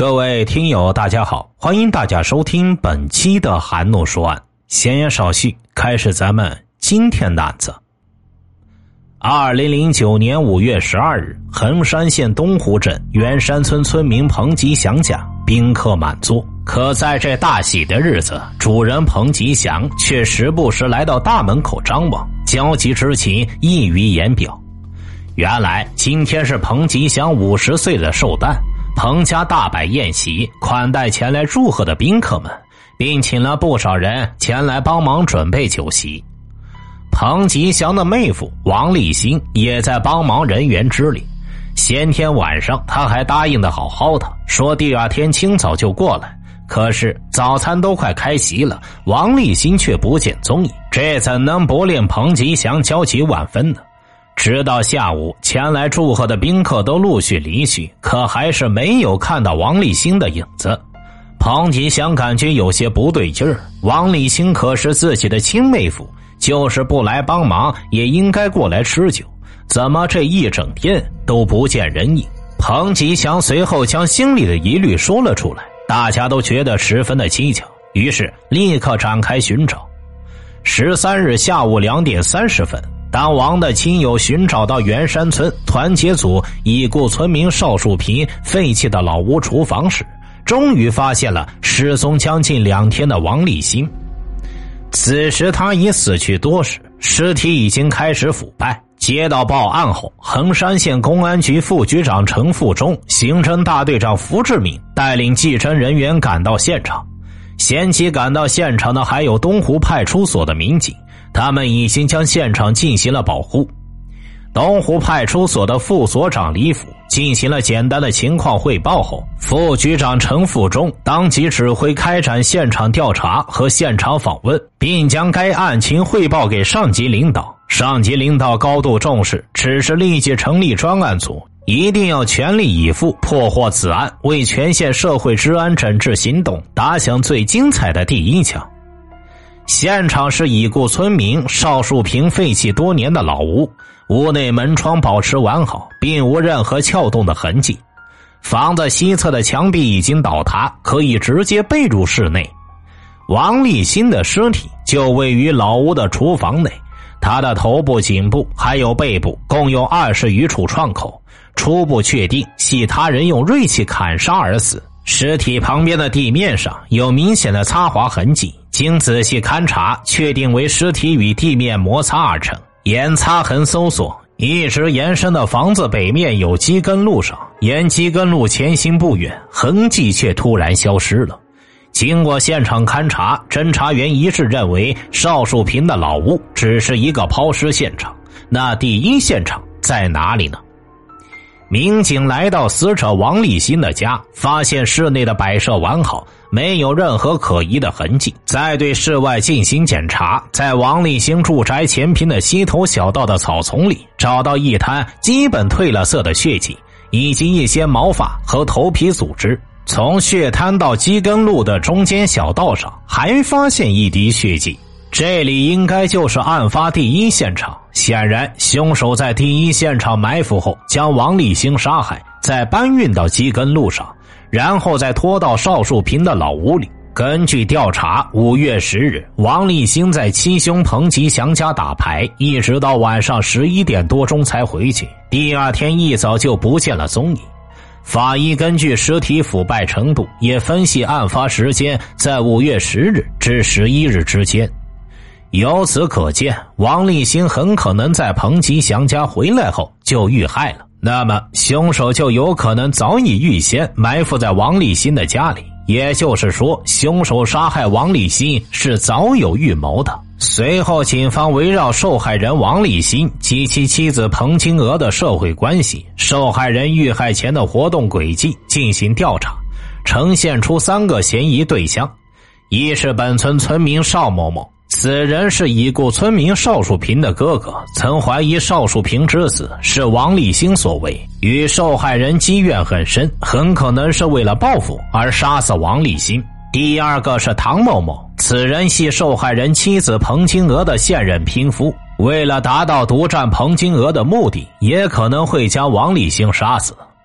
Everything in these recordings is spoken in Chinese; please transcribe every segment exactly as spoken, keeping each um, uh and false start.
各位听友大家好，欢迎大家收听本期的韩怒说案。闲言少叙，开始咱们今天的案子。二零零九年五月十二日，横山县东湖镇元山村村民彭吉祥家宾客满座，可在这大喜的日子，主人彭吉祥却时不时来到大门口张望，焦急之情溢于言表。原来今天是彭吉祥五十岁的寿诞，彭家大摆宴席，款待前来祝贺的宾客们，并请了不少人前来帮忙准备酒席。彭吉祥的妹夫王立新也在帮忙人员之里。先天晚上他还答应的好好的，说第二天清早就过来，可是早餐都快开席了，王立新却不见踪影，这怎能不令彭吉祥焦急万分呢？直到下午，前来祝贺的宾客都陆续离去，可还是没有看到王立新的影子。彭吉祥感觉有些不对劲儿，王立新可是自己的亲妹夫，就是不来帮忙也应该过来吃酒，怎么这一整天都不见人影？彭吉祥随后将心里的疑虑说了出来，大家都觉得十分的蹊跷，于是立刻展开寻找。十三日下午两点三十分，当王的亲友寻找到元山村团结组已故村民邵树平废弃的老屋厨房时，终于发现了失踪将近两天的王立新。此时他已死去多时，尸体已经开始腐败。接到报案后，横山县公安局副局长陈富忠、刑侦大队长符志敏带领技侦人员赶到现场。先期赶到现场的还有东湖派出所的民警，他们已经将现场进行了保护。东湖派出所的副所长李府进行了简单的情况汇报后，副局长陈富忠当即指挥开展现场调查和现场访问，并将该案情汇报给上级领导。上级领导高度重视，指示立即成立专案组，一定要全力以赴破获此案，为全县社会治安整治行动打响最精彩的第一枪。现场是已故村民邵树平废弃多年的老屋，屋内门窗保持完好，并无任何撬动的痕迹。房子西侧的墙壁已经倒塌，可以直接背入室内。王立新的尸体就位于老屋的厨房内，他的头部、颈部还有背部共有二十余处创口，初步确定系他人用锐器砍杀而死。尸体旁边的地面上有明显的擦划痕迹，经仔细勘查，确定为尸体与地面摩擦而成。沿擦痕搜索，一直延伸的房子北面有基根路上，沿基根路前行不远，痕迹却突然消失了。经过现场勘查，侦查员一致认为邵树平的老屋只是一个抛尸现场，那第一现场在哪里呢？民警来到死者王立新的家，发现室内的摆设完好，没有任何可疑的痕迹。再对室外进行检查，在王立新住宅前坪的西头小道的草丛里，找到一滩基本褪了色的血迹，以及一些毛发和头皮组织。从血滩到基根路的中间小道上，还发现一滴血迹。这里应该就是案发第一现场，显然凶手在第一现场埋伏后将王立新杀害，再搬运到基根路上，然后再拖到邵树平的老屋里。根据调查，五月十日，王立新在七兄彭吉祥家打牌，一直到晚上十一点多钟才回去，第二天一早就不见了踪影。法医根据尸体腐败程度，也分析案发时间在五月十日至十一日之间。由此可见，王立新很可能在彭吉祥家回来后就遇害了，那么凶手就有可能早已预先埋伏在王立新的家里，也就是说，凶手杀害王立新是早有预谋的。随后警方围绕受害人王立新及其妻子彭金娥的社会关系、受害人遇害前的活动轨迹进行调查，呈现出三个嫌疑对象。一是本村村民邵某某，此人是已故村民邵树平的哥哥，曾怀疑邵树平之死是王立新所为，与受害人积怨很深，很可能是为了报复而杀死王立新。第二个是唐某某，此人系受害人妻子彭金娥的现任姘夫，为了达到独占彭金娥的目的，也可能会将王立新杀死。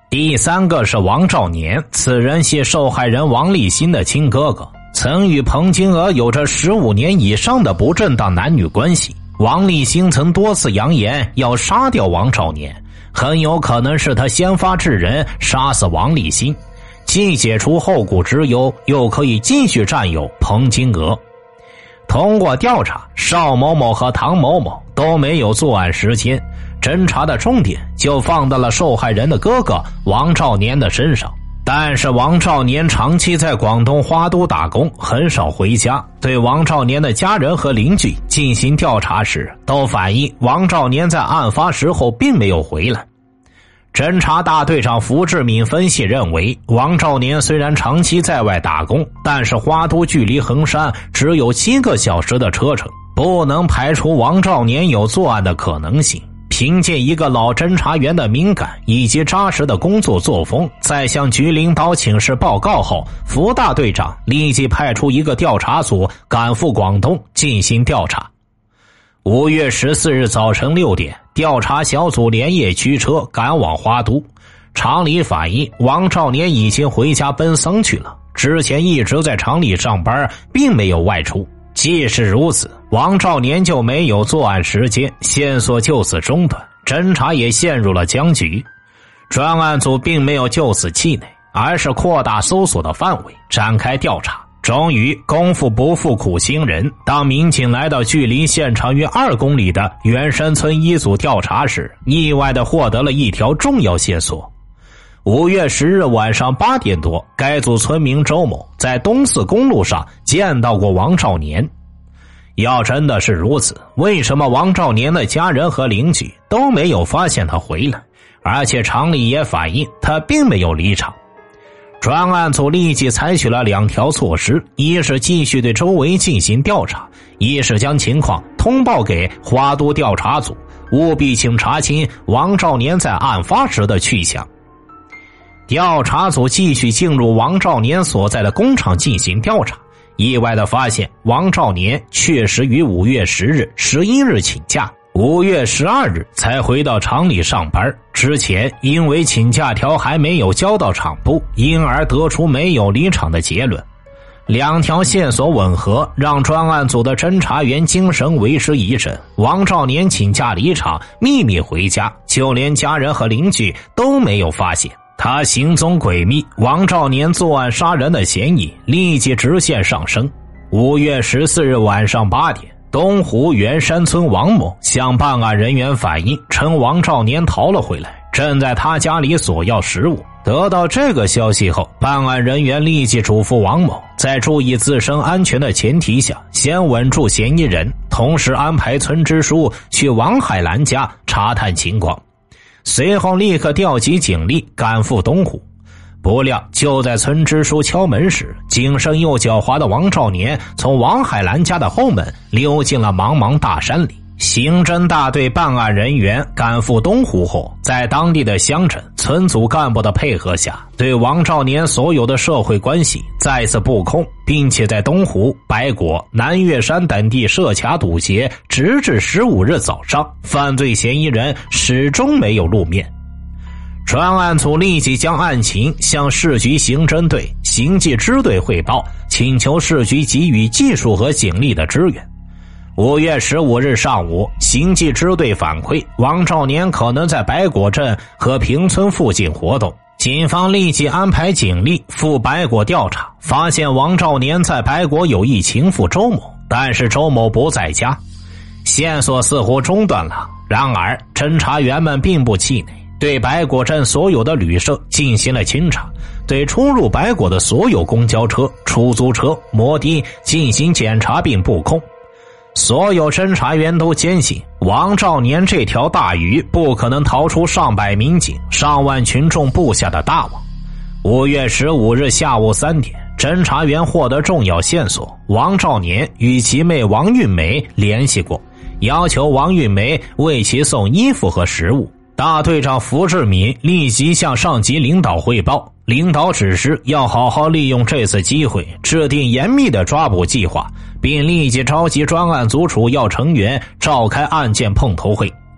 第三个是王兆年，此人系受害人王立新的亲哥哥，曾与彭金娥有着十五年以上的不正当男女关系。王立新曾多次扬言要杀掉王兆年，很有可能是他先发制人杀死王立新，既解除后顾之忧，又可以继续占有彭金娥。通过调查，邵某某和唐某某都没有作案时间，侦查的重点就放到了受害人的哥哥王兆年的身上。但是王兆年长期在广东花都打工，很少回家。对王兆年的家人和邻居进行调查时，都反映王兆年在案发时候并没有回来。侦查大队长符志敏分析认为，王兆年虽然长期在外打工，但是花都距离衡山只有七个小时的车程，不能排除王兆年有作案的可能性。凭借一个老侦查员的敏感以及扎实的工作作风，在向局领导请示报告后，符大队长立即派出一个调查组赶赴广东进行调查。五月十四日早晨六点，调查小组连夜驱车赶往花都。厂里反映，王兆年已经回家奔丧去了，之前一直在厂里上班，并没有外出。既是如此，王兆年就没有作案时间，线索就此中断，侦查也陷入了僵局。专案组并没有就此气馁，而是扩大搜索的范围，展开调查。终于功夫不负苦心人，当民警来到距离现场约二公里的元山村一组调查时，意外地获得了一条重要线索。五月十日晚上八点多，该组村民周某在东四公路上见到过王兆年。要真的是如此，为什么王兆年的家人和邻居都没有发现他回来？而且厂里也反映他并没有离场。专案组立即采取了两条措施，一是继续对周围进行调查，一是将情况通报给花都调查组，务必请查清王兆年在案发时的去向。调查组继续进入王兆年所在的工厂进行调查，意外地发现王兆年确实于五月十日、十一日请假，五月十二日才回到厂里上班。之前因为请假条还没有交到厂部，因而得出没有离场的结论。两条线索吻合，让专案组的侦查员精神为之一振。王兆年请假离场，秘密回家，就连家人和邻居都没有发现。他行踪诡秘，王兆年作案杀人的嫌疑立即直线上升。五月十四日晚上八点，东湖元山村王某向办案人员反映，称王兆年逃了回来，正在他家里索要食物。得到这个消息后，办案人员立即嘱咐王某，在注意自身安全的前提下，先稳住嫌疑人，同时安排村支书去王海兰家查探情况。随后立刻调集警力赶赴东湖。不料就在村支书敲门时，谨慎又狡猾的王兆年从王海兰家的后门溜进了茫茫大山里。刑侦大队办案人员赶赴东湖后，在当地的乡镇村组干部的配合下，对王兆年所有的社会关系再次布控，并且在东湖、白果、南岳山等地设卡堵截，直至十五日早上，犯罪嫌疑人始终没有露面。专案组立即将案情向市局刑侦队、刑技支队汇报，请求市局给予技术和警力的支援。五月十五日上午，刑技支队反馈王兆年可能在白果镇和平村附近活动，警方立即安排警力赴白果调查，发现王兆年在白果有一情妇周某，但是周某不在家，线索似乎中断了。然而侦查员们并不气馁，对白果镇所有的旅社进行了清查，对出入白果的所有公交车、出租车、摩的进行检查并布控。所有侦查员都坚信王兆年这条大鱼不可能逃出上百民警、上万群众布下的大网。五月十五日下午三点，侦查员获得重要线索，王兆年与其妹王运梅联系过，要求王运梅为其送衣服和食物。大队长符志敏立即向上级领导汇报，领导指示要好好利用这次机会，制定严密的抓捕计划，并立即召集专案组主要成员召开案件碰头会。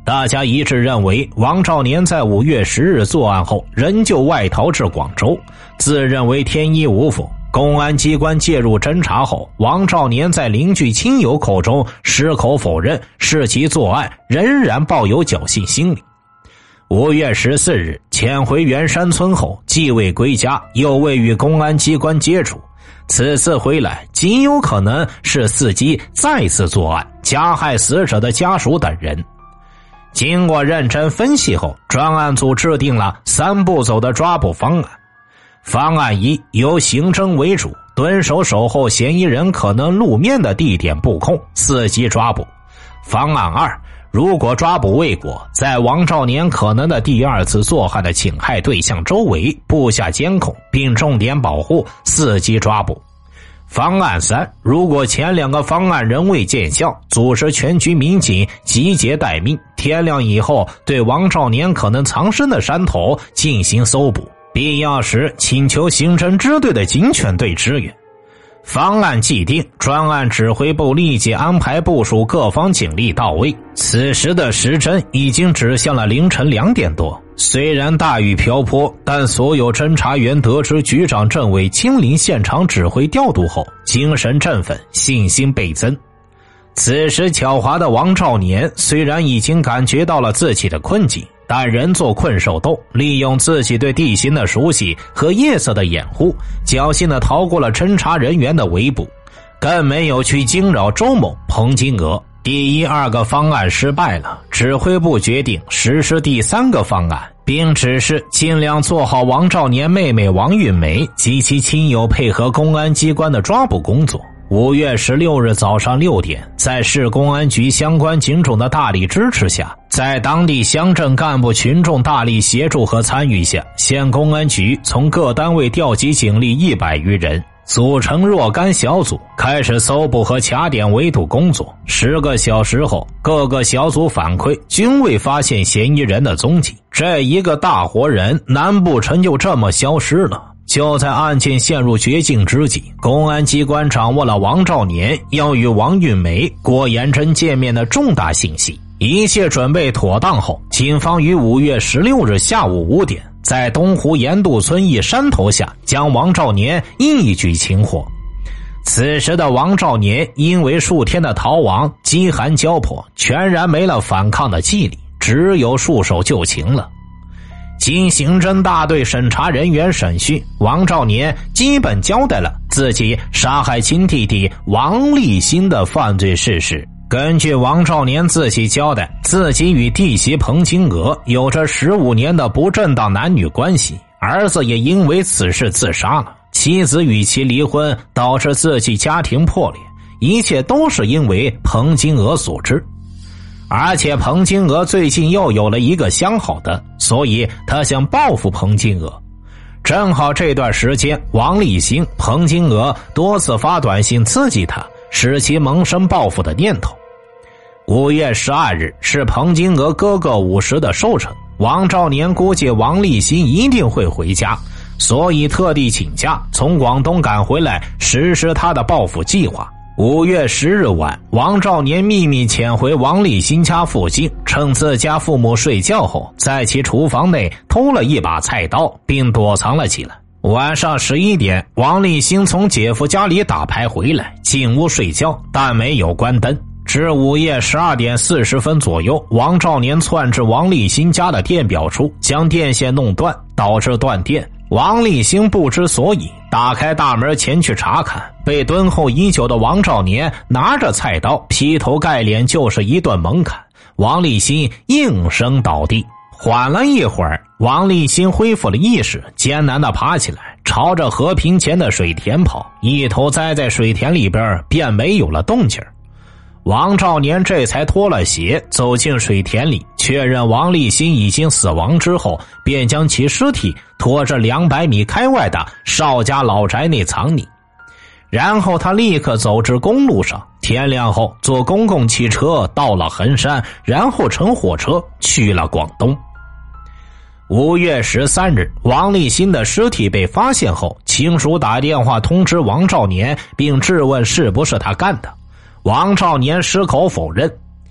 大家一致认为王兆年在五月十日作案后仍旧外逃至广州，自认为天衣无缝。公安机关介入侦查后，王兆年在邻居亲友口中矢口否认是其作案，仍然抱有侥幸心理。五月十四日潜回元山村后，既未归家，又未与公安机关接触，此次回来极有可能是伺机再次作案，加害死者的家属等人。经过认真分析后，专案组制定了三步走的抓捕方案。方案一，由刑侦为主，蹲守守候嫌疑人可能露面的地点布控，伺机抓捕。方案二，如果抓捕未果，在王兆年可能的第二次作案的侵害对象周围布下监控，并重点保护，伺机抓捕。方案三，如果前两个方案仍未见效，组织全局民警集结待命，天亮以后对王兆年可能藏身的山头进行搜捕，必要时请求刑侦支队的警犬队支援。方案既定，专案指挥部立即安排部署各方警力到位。此时的时针已经指向了凌晨两点多。虽然大雨瓢泼，但所有侦查员得知局长政委亲临现场指挥调度后，精神振奋，信心倍增。此时狡猾的王兆年虽然已经感觉到了自己的困境，但仍做困兽斗，利用自己对地形的熟悉和夜色的掩护，侥幸地逃过了侦查人员的围捕，更没有去惊扰周某、彭金娥。第一、二个方案失败了，指挥部决定实施第三个方案，并指示尽量做好王兆年妹妹王韵梅及其亲友配合公安机关的抓捕工作。五月十六日早上六点，在市公安局相关警种的大力支持下，在当地乡镇干部群众大力协助和参与下，县公安局从各单位调集警力一百余人，组成若干小组，开始搜捕和卡点围堵工作。十个小时后，各个小组反馈均未发现嫌疑人的踪迹。这一个大活人，难不成就这么消失了？就在案件陷入绝境之际，公安机关掌握了王兆年要与王韵梅、郭延珍见面的重大信息。一切准备妥当后，警方于五月十六日下午五点，在东湖盐渡村一山头下将王兆年一举擒获。此时的王兆年因为数天的逃亡，饥寒交迫，全然没了反抗的气力，只有束手就擒了。经刑侦大队审查人员审讯，王兆年基本交代了自己杀害亲弟弟王立新的犯罪事实。根据王兆年自己交代，自己与弟媳彭金娥有着十五年的不正当男女关系，儿子也因为此事自杀了，妻子与其离婚，导致自己家庭破裂，一切都是因为彭金娥所致。而且彭金娥最近又有了一个相好的，所以他想报复彭金娥。正好这段时间，王立新、彭金娥多次发短信刺激他，使其萌生报复的念头。五月十二日是彭金娥哥哥五十的寿辰，王兆年估计王立新一定会回家，所以特地请假从广东赶回来实施他的报复计划。五月十日晚，王兆年秘密潜回王立新家附近，趁自家父母睡觉后，在其厨房内偷了一把菜刀，并躲藏了起来。晚上十一点，王立新从姐夫家里打牌回来，进屋睡觉，但没有关灯。至午夜十二点四十分左右，王兆年窜至王立新家的电表处，将电线弄断，导致断电。王立新不知所以，打开大门前去查看，被敦候已久的王兆年拿着菜刀劈头盖脸就是一顿猛砍，王立新应声倒地。缓了一会儿，王立新恢复了意识，艰难地爬起来，朝着河坪前的水田跑，一头栽在水田里边，便没有了动静。王兆年这才脱了鞋走进水田里，确认王立新已经死亡之后，便将其尸体拖至两百米开外的邵家老宅内藏匿。然后他立刻走至公路上，天亮后坐公共汽车到了衡山，然后乘火车去了广东。五月十三日，王立新的尸体被发现后，亲属打电话通知王兆年，并质问是不是他干的。王兆年矢口否认。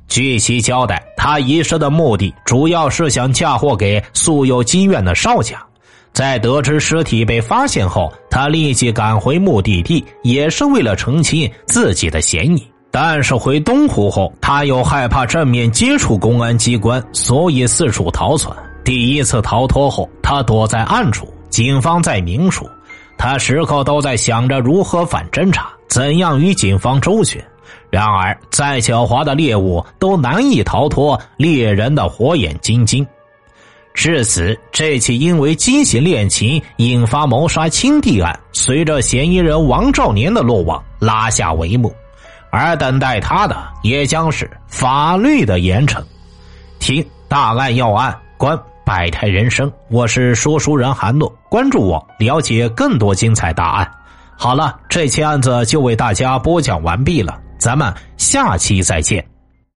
据其交代，他遗失的目的主要是想嫁祸给素有积怨的邵家。在得知尸体被发现后，他立即赶回目的地，也是为了澄清自己的嫌疑。但是回东湖后，他又害怕正面接触公安机关，所以四处逃窜。第一次逃脱后，他躲在暗处，警方在明处，他时刻都在想着如何反侦查，怎样与警方周旋。然而再狡猾的猎物都难以逃脱猎人的火眼金睛。至此，这起因为激情恋情引发谋杀亲弟案随着嫌疑人王兆年的落网拉下帷幕，而等待他的也将是法律的严惩。听大案要案，观百态人生，我是说书人韩诺，关注我，了解更多精彩大案。好了，这期案子就为大家播讲完毕了，咱们下期再见。